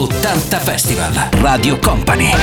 80 Festival, Radio Company.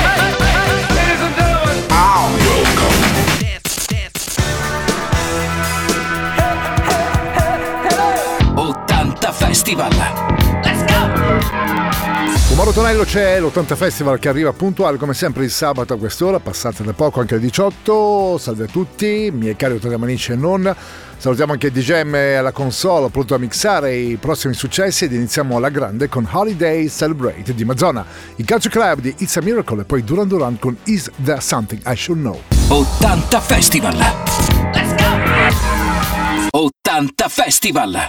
80 Festival. Let's go! Mauro Tonello, c'è l'80 Festival che arriva puntuale come sempre il sabato a quest'ora, passate da poco anche le 18. Salve a tutti, miei cari 80 manici e non. Salutiamo anche DJM alla console, pronto a mixare i prossimi successi, ed iniziamo alla grande con Holiday Celebrate di Madonna, il Calcio Club di It's a Miracle e poi Duran Duran con Is There Something I Should Know. 80 Festival. Let's go! 80 Festival.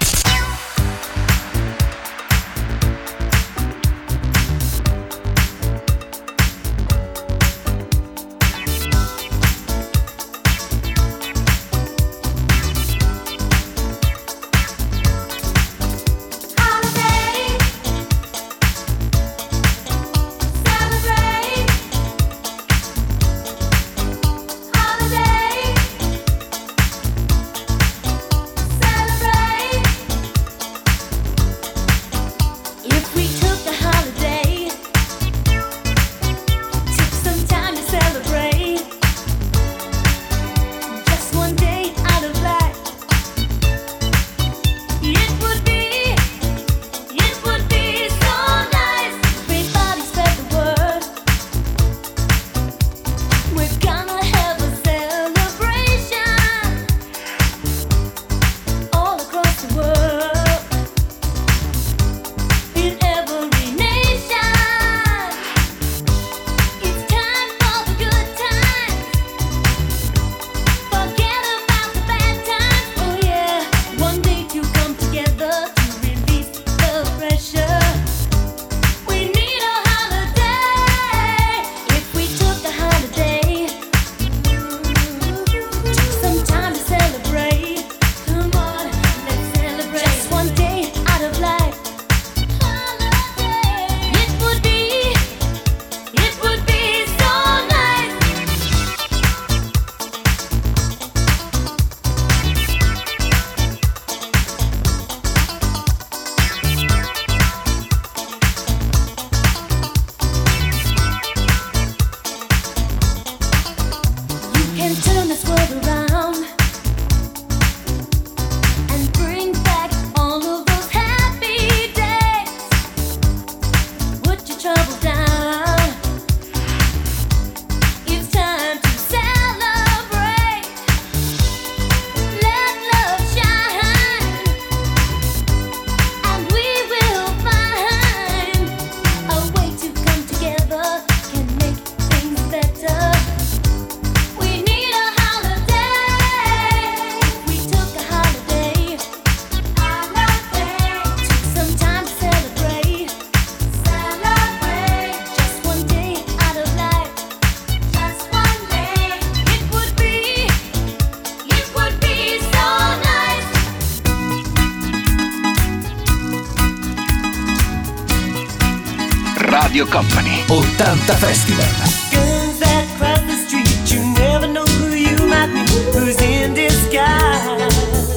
Radio Company, 80 Festival. Guns that cross the street, you never know who you might be, who's in disguise.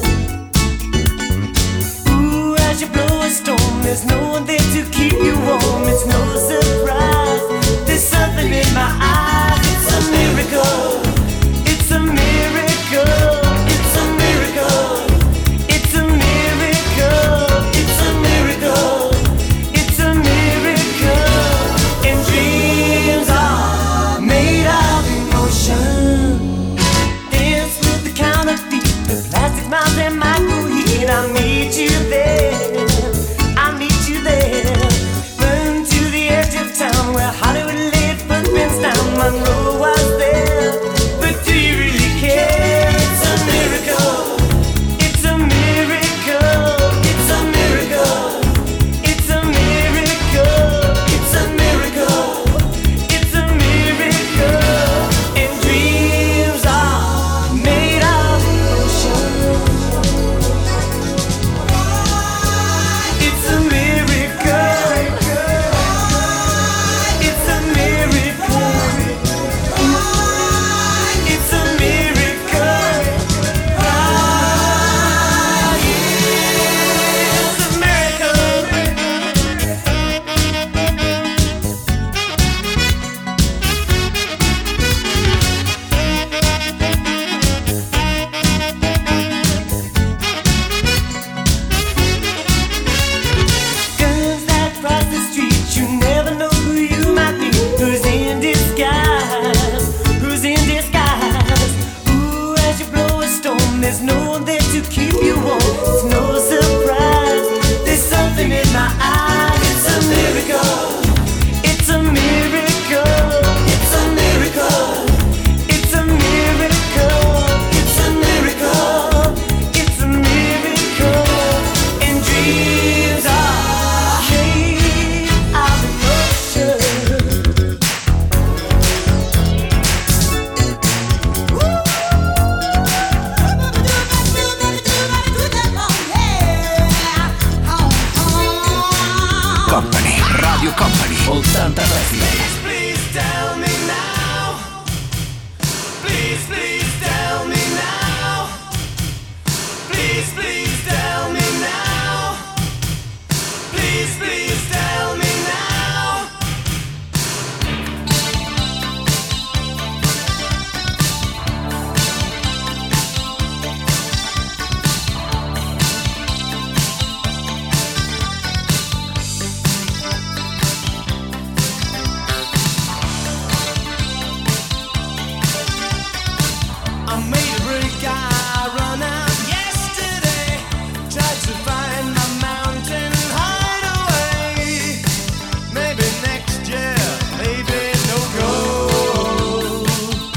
Ooh, as you blow a storm, there's no one there to keep you warm. It's no surprise, there's something in my eyes. It's a miracle, it's a miracle, it's a miracle, it's a miracle, it's a miracle, it's a miracle. And dreams are made of emotion. Dance with the counterfeit, the plastic smiles and micro heat. I meet you there, I meet you there. Radio Company 80 Festival. Please tell me now. Please tell me now. Please tell me now. Please tell me now. I made a break, I run out yesterday. Tried to find my mountain hideaway. Maybe next year, maybe no go.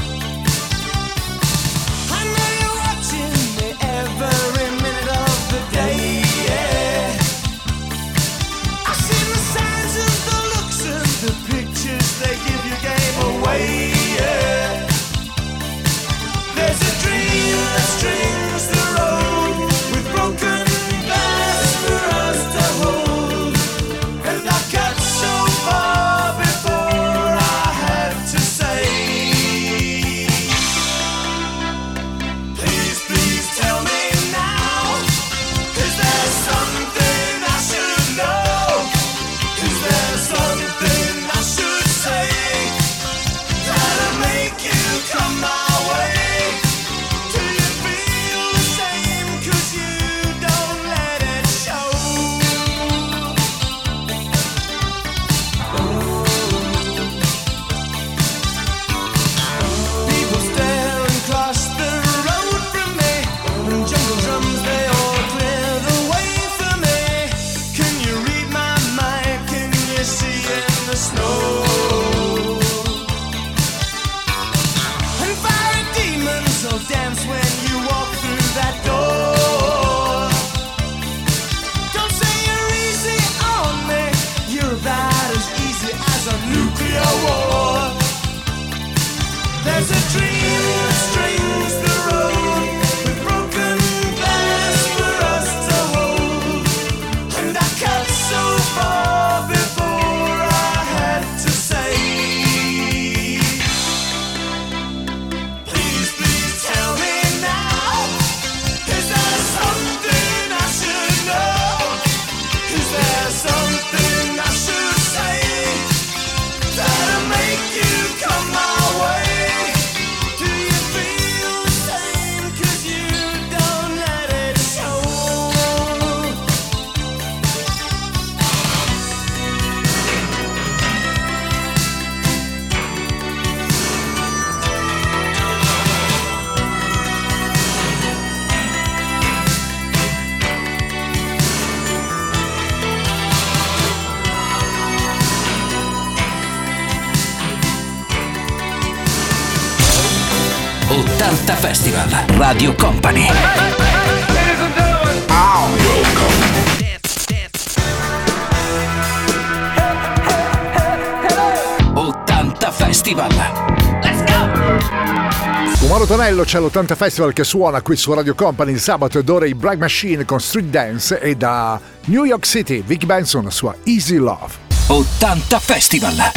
I know you're watching me every minute of the day, yeah. I've seen the signs and the looks and the pictures they give you gave away, yeah. There's a dream that strings the road with broken glass for us to hold. And I got so far before I had to say, please tell me now. Is there something I should know? Is there something I should say that'll make you come my way? Do you feel the same? 'Cause you don't let it show. People stare and cross the road from me, and jungle drums they all clear the way for me. Can you read my mind? Can you see in the snow? And fiery demons will dance when you walk through that door. Don't say you're easy on me. You're about as easy as a nuclear war. There's a dream that strings the road with broken glass for us to hold. And I cut so far before I had to say, please tell me now. Is there something I should know? Is there something I should say that'll make you come my way? Do you feel the same? 'Cause you don't let it show. '80 Festival. Radio Company. '80 Festival. Con Mauro Tonello c'è l'80 Festival che suona qui su Radio Company il sabato ed ora i Bragg Machine con Street Dance e da New York City Vic Benson la sua Easy Love. 80 Festival.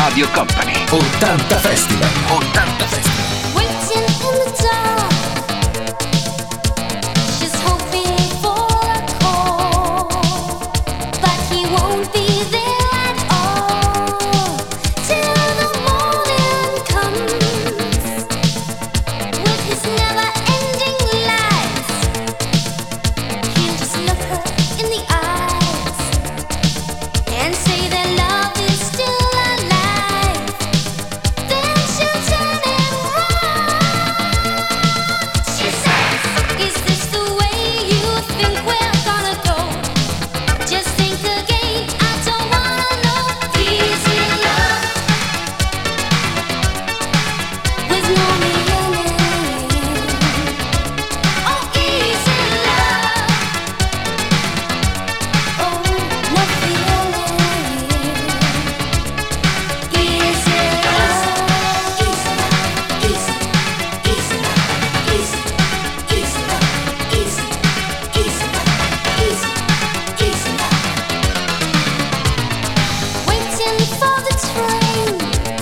Radio Company. 80 Festival. 80 Festival. Waiting in the dark, she's hoping for a call, but he won't be there at all till the morning comes with his never-ending lies. He'll just look her in the eyes and say that love is still alive. Then she'll turn him round. She says, is this the way you think we're gonna go? Just think again, I don't wanna know. Easy love with no meaning. Oh, easy love. Oh, no feeling. Easy love. Easy love. Easy. Easy love. Easy. Easy love. Easy. Easy love. Easy. Easy love. Waiting for the train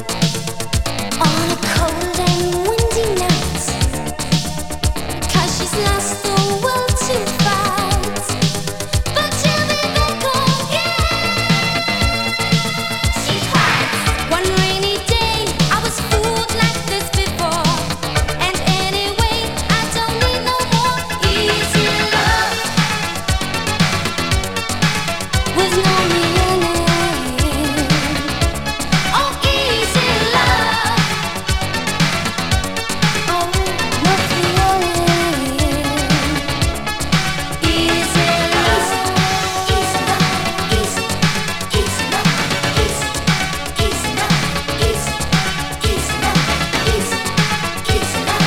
on a cold and windy night, 'cause she's lost the will to fight, but she'll be back again. She cries. One rainy day I was fooled like this before, and anyway I don't need no more easy love with no meaning. Oh, easy love. Oh, no feeling. Easy love. Easy love. Easy. Easy love. Easy. Easy love. Easy. Easy love. Easy. Easy love.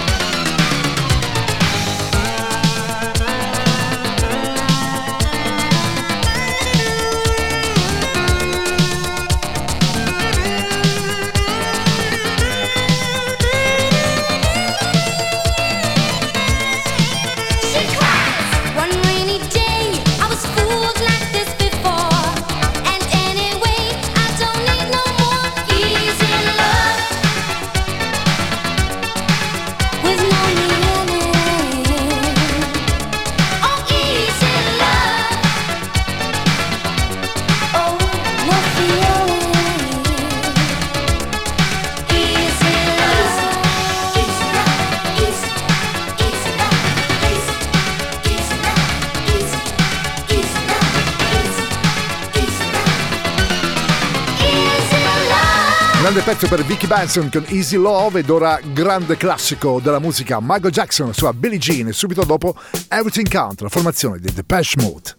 She cries. One rainy day I was fooled like this before, and anyway I don't need no more easy love with no meaning. Oh, easy love. Oh, no feeling. Easy love. Easy love. Easy. Easy love. Easy. Easy love. Easy. Easy love. Easy. Easy love. Easy love. Grande pezzo per Vicky Benson con Easy Love, ed ora grande classico della musica, Michael Jackson su Billie Jean, e subito dopo Everything Count, la formazione di Depeche Mode.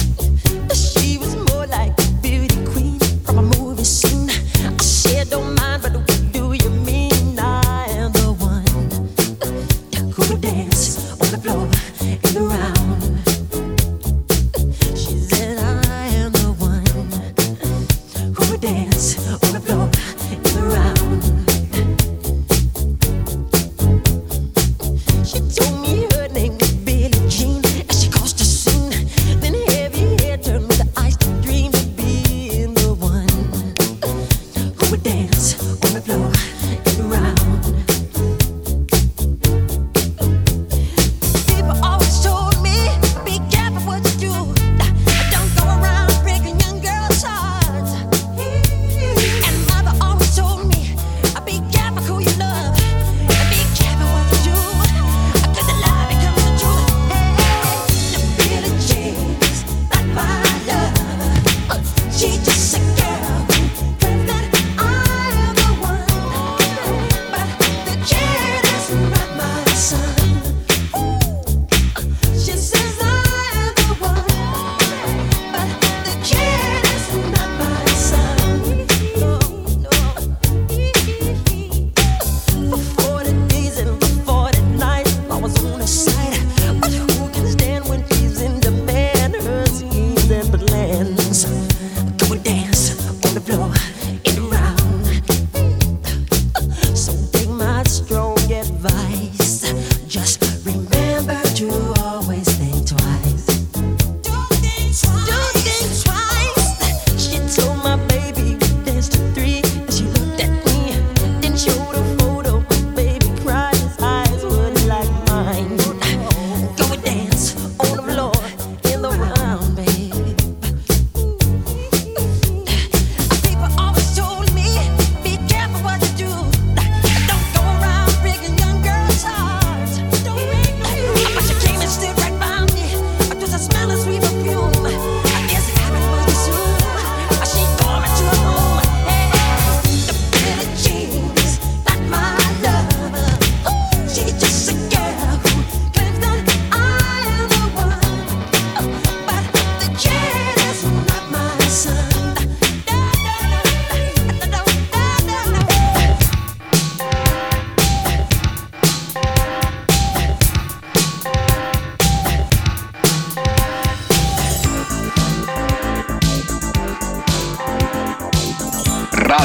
She was more like a beauty queen from a movie scene. I said, don't mind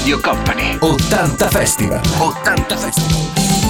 Radio Company. 80 Festival. 80 Festival.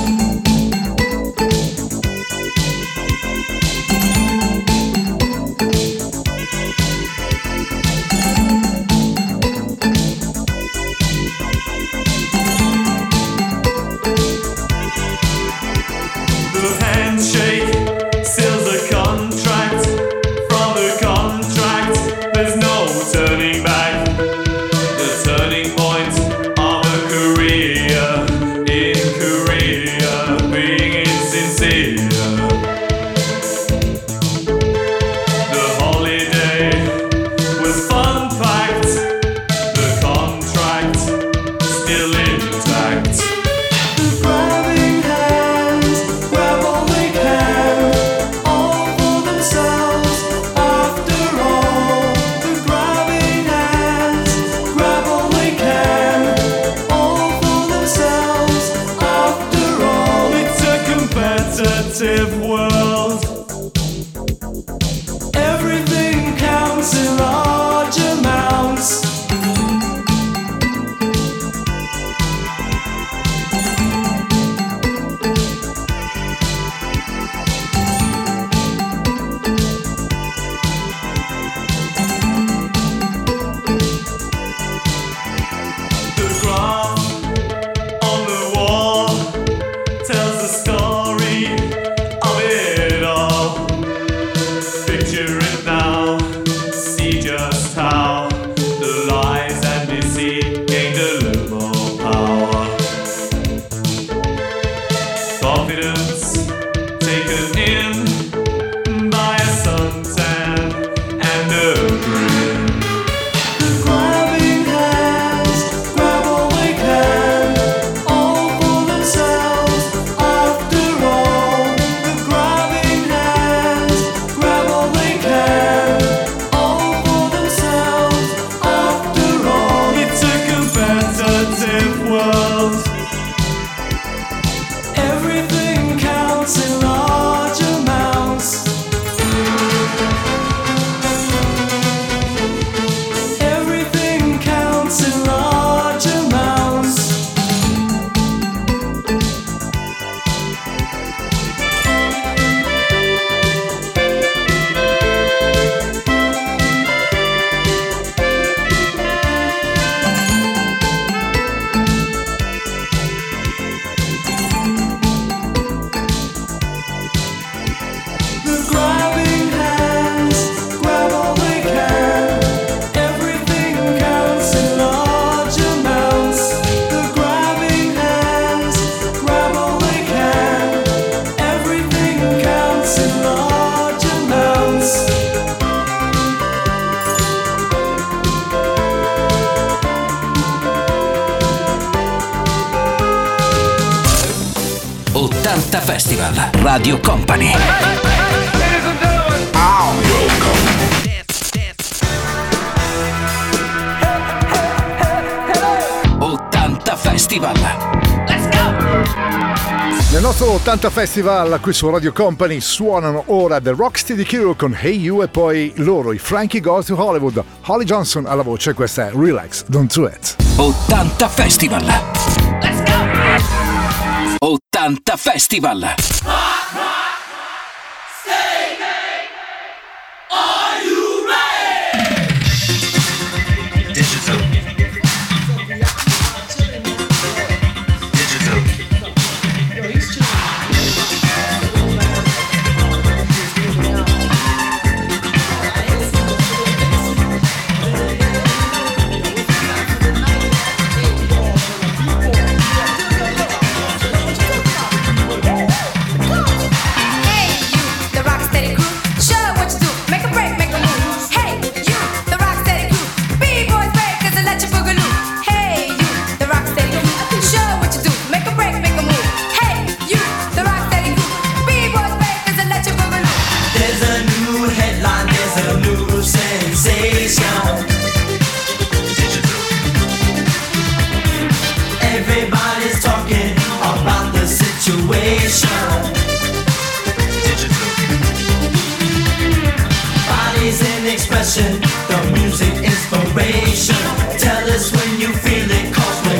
Festival Radio Company. 80 Festival. Let's go! Nel nostro 80 Festival qui su Radio Company suonano ora The Rocksteady Crew con Hey You e poi loro, i Frankie Goes to Hollywood, Holly Johnson alla voce, questa è Relax, Don't Do It. 80 Festival. Let's go! 80 Festival. The music inspiration. Tell us when you feel it, 'cause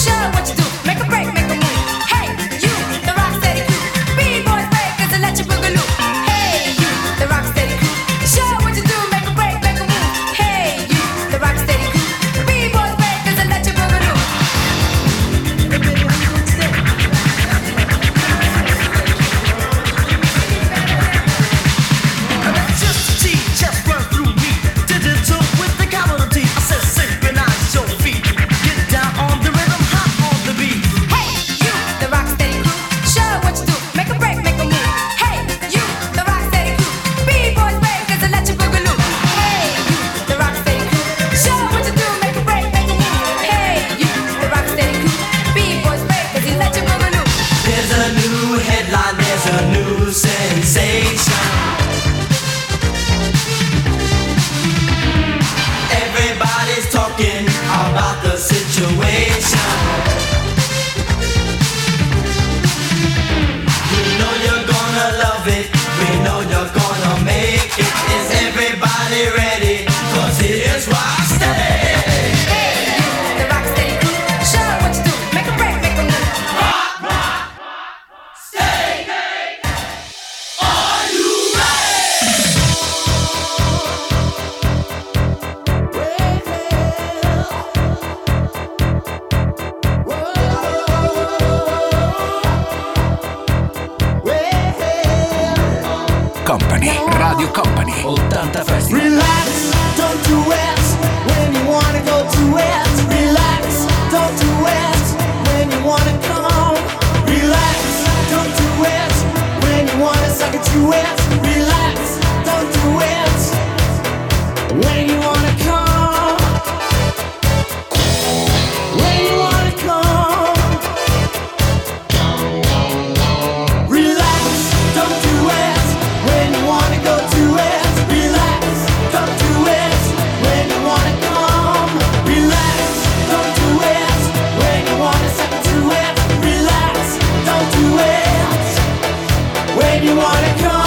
Radio Company 80 Festival. Relax, don't do it when you wanna go to it. Relax, don't do it when you wanna come. Relax, don't do it when you wanna suck it to it. Relax, don't do it when you wanna come. When you wanna come. Relax, don't do it when you wanna go to it. Relax, don't do it when you wanna come. Relax, don't do it when you wanna suck it to it. Relax, don't do it when you wanna come.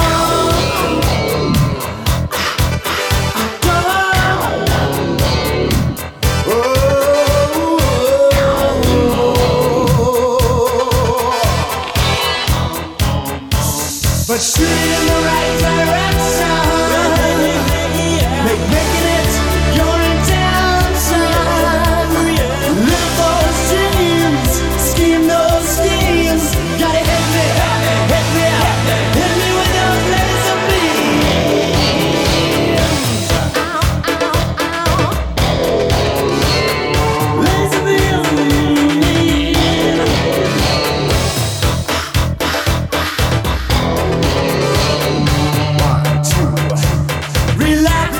But shoot in the right direction. Making it your intention. Live those dreams, scheme those schemes. Gotta hit me with those laser beams. Laser beams. Relax,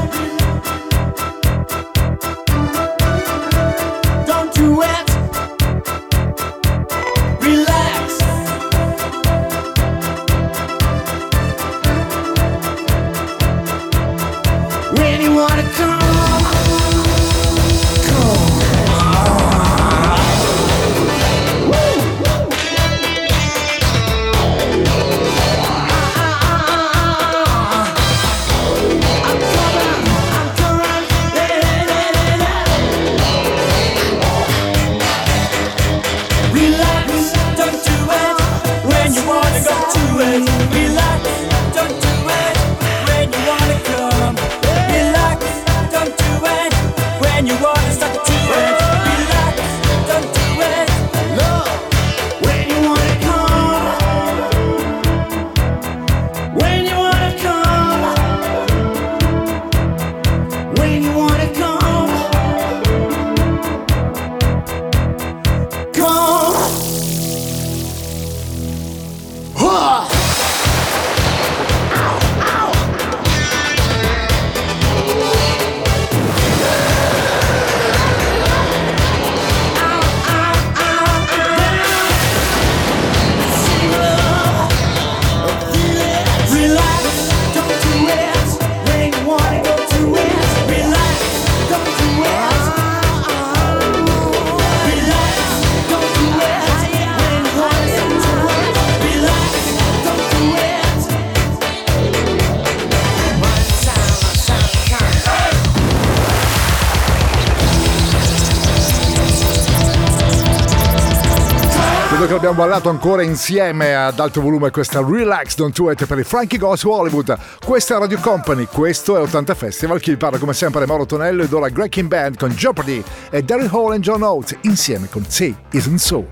don't do it. Relax. When you wanna come. Relax, don't do it when you wanna go to it. Relax, don't do it when you wanna come. Relax, don't do it when you wanna suck it to it. Relax, don't do it when you wanna come. When you wanna come. When you wanna come. Come. Credo che l'abbiamo ballato ancora insieme ad alto volume questa Relax Don't Do It per i Frankie Goes to Hollywood. Questa è Radio Company, questo è 80 Festival. Chi vi parla come sempre è Mauro Tonello ed ora Greg King Band con Jeopardy e Daryl Hall e John Oates insieme con Say Isn't So.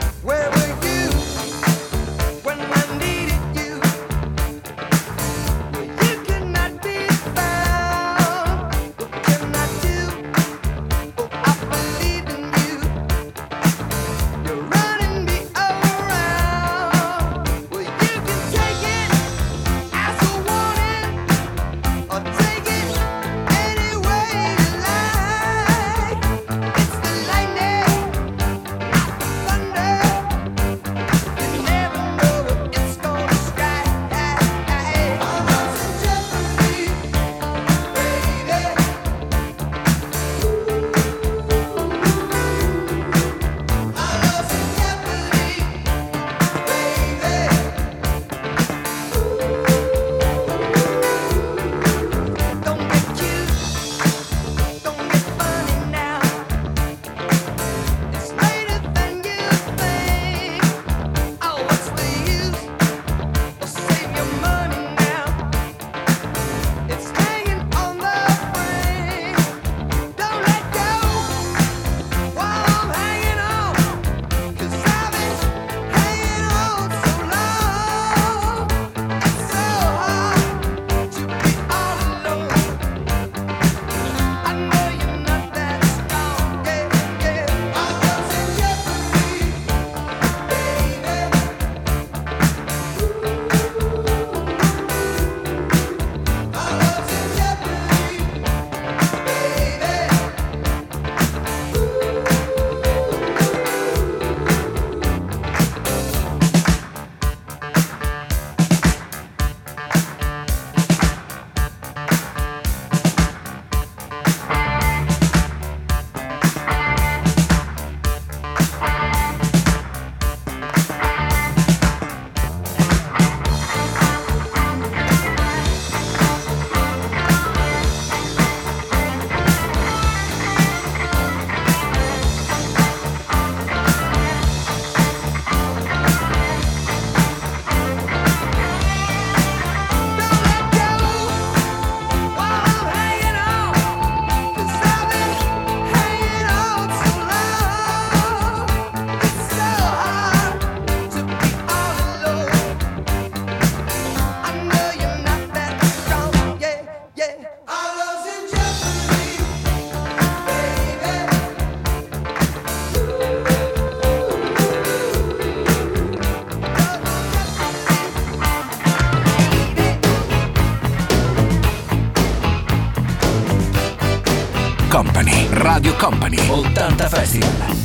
Company, Radio Company, 80 Festival.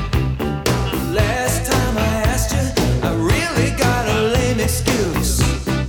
Last time I asked you, I really got a lame excuse.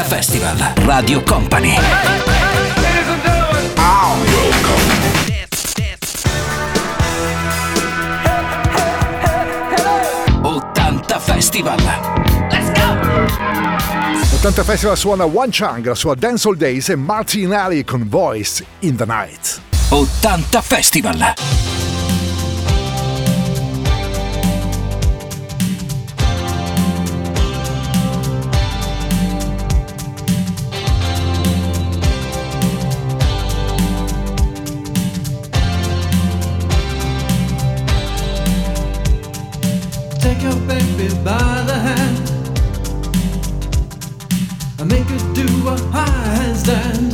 80 Festival Radio Company. 80 Festival. Let's go! 80 Festival suona One Chang, la sua Dance All Days, e Martin Ali con Voice in the Night. 80 Festival. Take your baby by the hand and make her do a high handstand.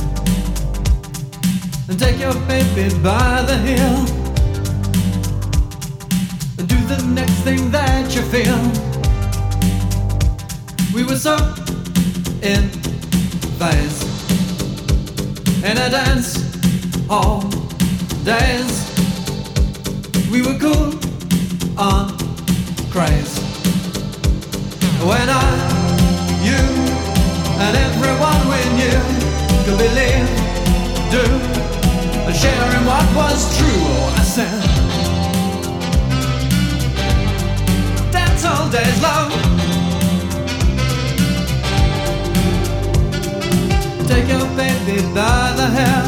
And take your baby by the heel and do the next thing that you feel. We were so in phase in a dance all days. We were cool on craze. When I, you, and everyone we knew could believe, do, and share in what was true. Oh, I said, dance all days long. Take your baby by the hair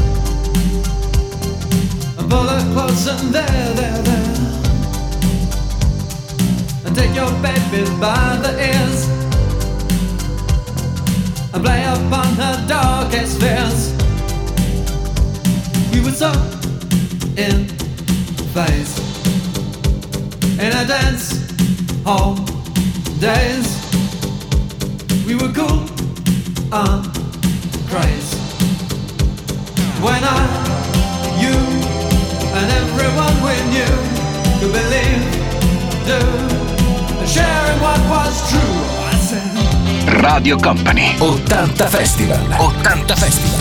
and pull her close and there. And take your baby by the ears and play upon her darkest fears. We were so in phase in a dance hall days. We were cool on craze. When I, you, and everyone we knew could believe, do, sharing what was true. I said, Radio Company 80 Festival. 80 Festival.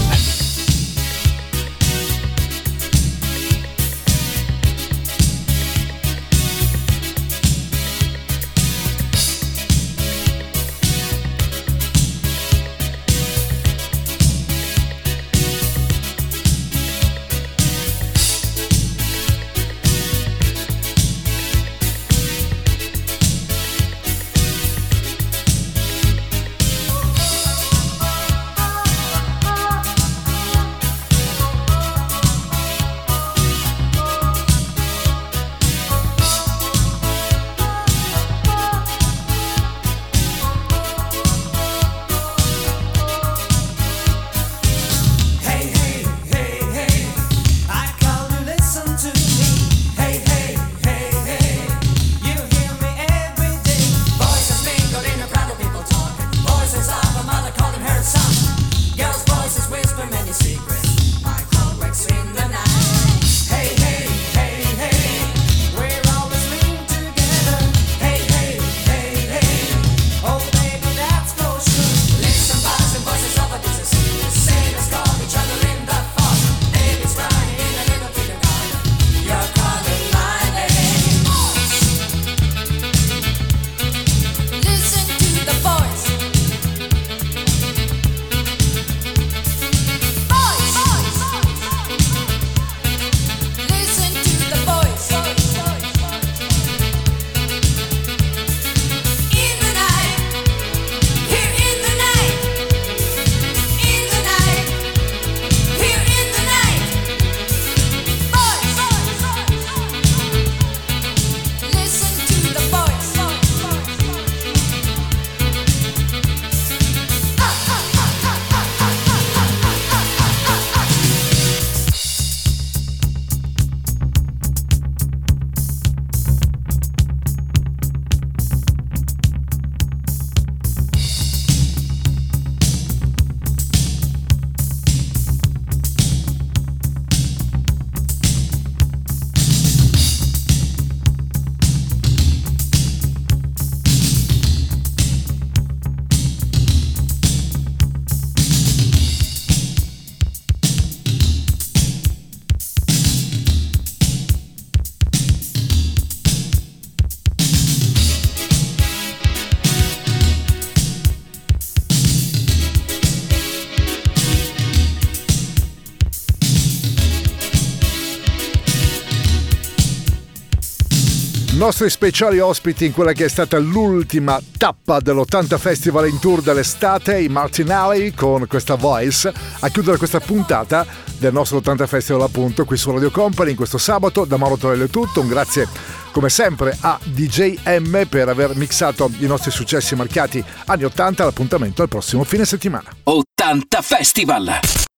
Nostri speciali ospiti in quella che è stata l'ultima tappa dell'80 Festival in tour dell'estate, i Martinelli con questa Voice, a chiudere questa puntata del nostro 80 Festival appunto qui su Radio Company in questo sabato. Da Mauro Tonello è tutto, un grazie come sempre a DJ M per aver mixato i nostri successi marcati anni 80. L'appuntamento al prossimo fine settimana. 80 Festival!